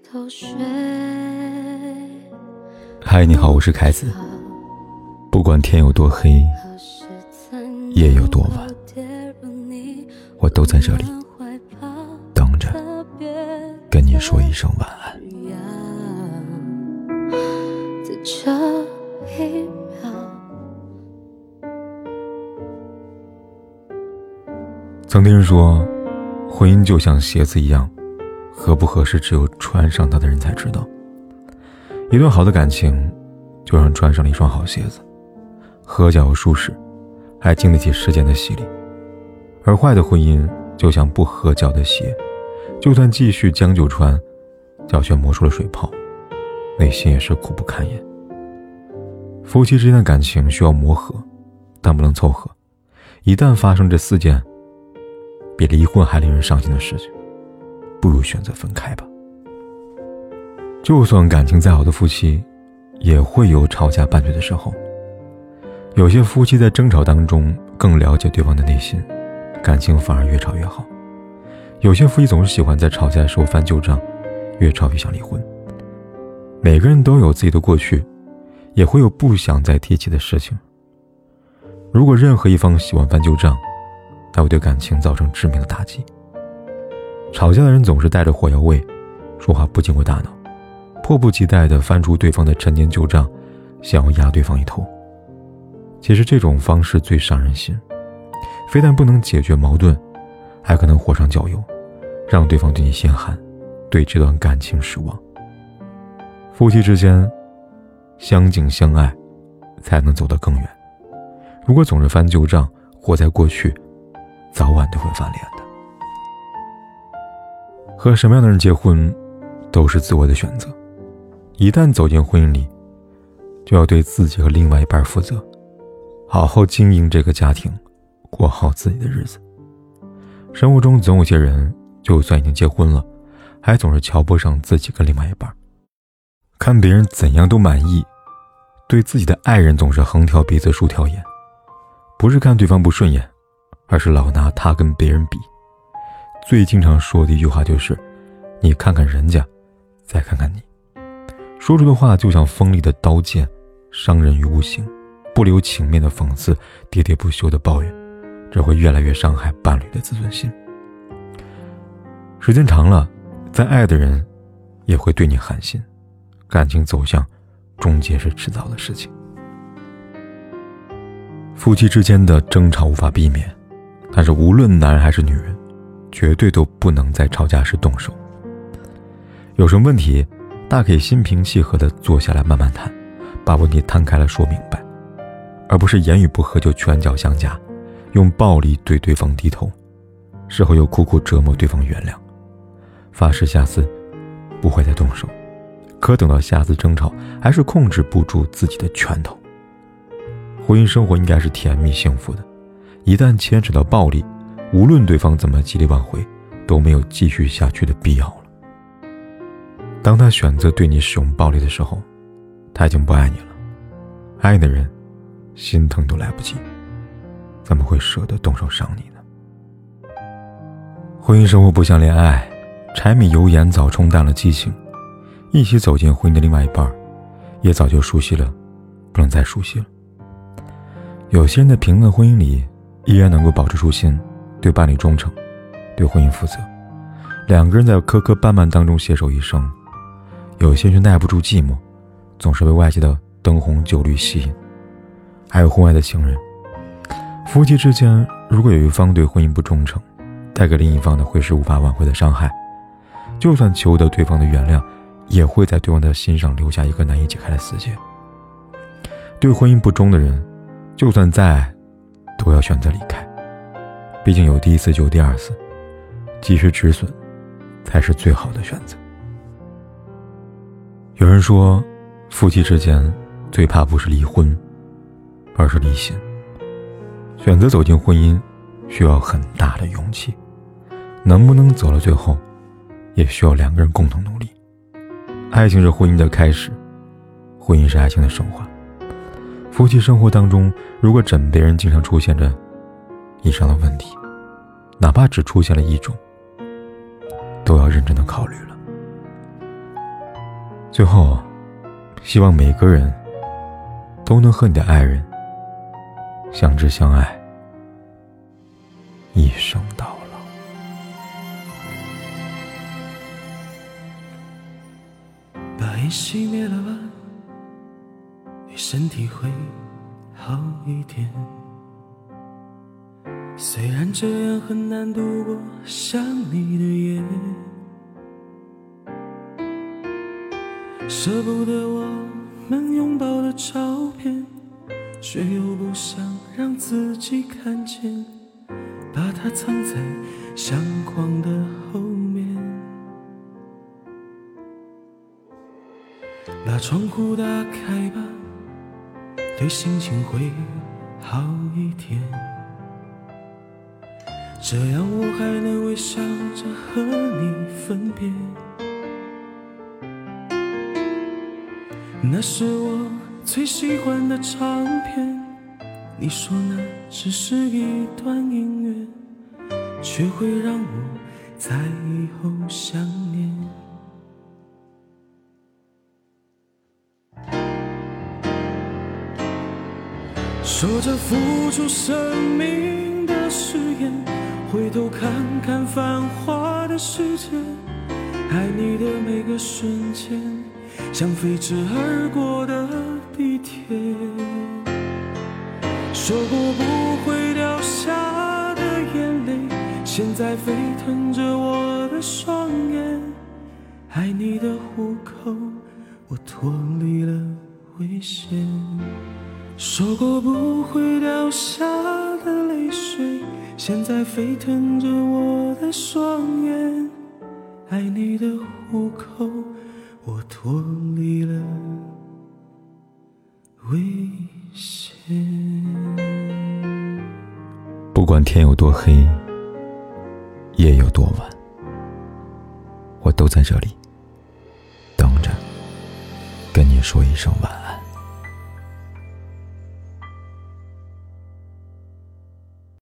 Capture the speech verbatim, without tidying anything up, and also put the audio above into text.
嗨，你好，我是凯子。不管天有多黑，夜有多晚，我都在这里等着跟你说一声晚安。曾听人说，婚姻就像鞋子一样，合不合适只有穿上它的人才知道。一段好的感情就像穿上了一双好鞋子，合脚又舒适，还经得起时间的洗礼。而坏的婚姻就像不合脚的鞋，就算继续将就穿，脚却磨出了水泡，内心也是苦不堪言。夫妻之间的感情需要磨合，但不能凑合。一旦发生这四件比离婚还令人伤心的事情，不如选择分开吧。就算感情再好的夫妻，也会有吵架拌嘴的时候。有些夫妻在争吵当中更了解对方的内心，感情反而越吵越好。有些夫妻总是喜欢在吵架的时候翻旧账，越吵越想离婚。每个人都有自己的过去，也会有不想再提起的事情。如果任何一方喜欢翻旧账，那会对感情造成致命的打击。吵架的人总是带着火药味，说话不经过大脑，迫不及待地翻出对方的陈年旧账，想要压对方一头。其实这种方式最伤人心，非但不能解决矛盾，还可能火上浇油，让对方对你心寒，对这段感情失望。夫妻之间相敬相爱才能走得更远。如果总是翻旧账，活在过去，早晚都会翻脸的。和什么样的人结婚都是自我的选择，一旦走进婚姻里，就要对自己和另外一半负责，好好经营这个家庭，过好自己的日子。生活中总有些人就算已经结婚了，还总是瞧不上自己跟另外一半，看别人怎样都满意，对自己的爱人总是横挑鼻子竖挑眼，不是看对方不顺眼，而是老拿他跟别人比。最经常说的一句话就是你看看人家，再看看你。说出的话就像锋利的刀剑，伤人于无形，不留情面的讽刺，喋喋不休的抱怨，这会越来越伤害伴侣的自尊心。时间长了，再爱的人也会对你寒心，感情走向终结是迟早的事情。夫妻之间的争吵无法避免，但是无论男人还是女人，绝对都不能在吵架时动手。有什么问题，大可以心平气和地坐下来慢慢谈，把问题摊开了说明白，而不是言语不合就拳脚相加，用暴力对对方低头，事后又苦苦折磨对方原谅，发誓下次不会再动手，可等到下次争吵还是控制不住自己的拳头。婚姻生活应该是甜蜜幸福的，一旦牵扯到暴力，无论对方怎么极力挽回，都没有继续下去的必要了。当他选择对你使用暴力的时候，他已经不爱你了。爱你的人心疼都来不及，怎么会舍得动手伤你呢？婚姻生活不像恋爱，柴米油盐早冲淡了激情。一起走进婚姻的另外一半，也早就熟悉了，不能再熟悉了。有些人的平淡婚姻里，依然能够保持初心，对伴侣忠诚，对婚姻负责。两个人在磕磕绊绊当中携手一生。有些人耐不住寂寞，总是被外界的灯红酒绿吸引。还有婚外的情人。夫妻之间如果有一方对婚姻不忠诚，带给另一方的会是无法挽回的伤害。就算求得对方的原谅，也会在对方的心上留下一个难以解开的死结。对婚姻不忠的人，就算再爱，都要选择离开。毕竟有第一次就有第二次，及时止损才是最好的选择。有人说，夫妻之间最怕不是离婚，而是离心。选择走进婚姻需要很大的勇气，能不能走到最后，也需要两个人共同努力。爱情是婚姻的开始，婚姻是爱情的升华。夫妻生活当中，如果枕边人经常出现着以上的问题，哪怕只出现了一种，都要认真的考虑了。 最后，希望每个人都能和你的爱人相知相爱，一生到老。 把烟熄灭了吧，对身体会好一点。虽然这样很难度过想你的夜，舍不得我们拥抱的照片，却又不想让自己看见，把它藏在相框的后面。把窗户打开吧，对心情会好一点，这样我还能微笑着和你分别。那是我最喜欢的唱片，你说那只是一段音乐，却会让我在以后想念。说着付出生命的誓言，回头看看繁华的世界，爱你的每个瞬间，像飞驰而过的地铁。说过不会掉下的眼泪，现在沸腾着我的双眼。爱你的虎口，我脱离了危险。说过不会掉下的泪水，现在沸腾着我的双眼。爱你的虎口，我脱离了危险。 不管天有多黑，夜有多晚，我都在这里等着跟你说一声晚安。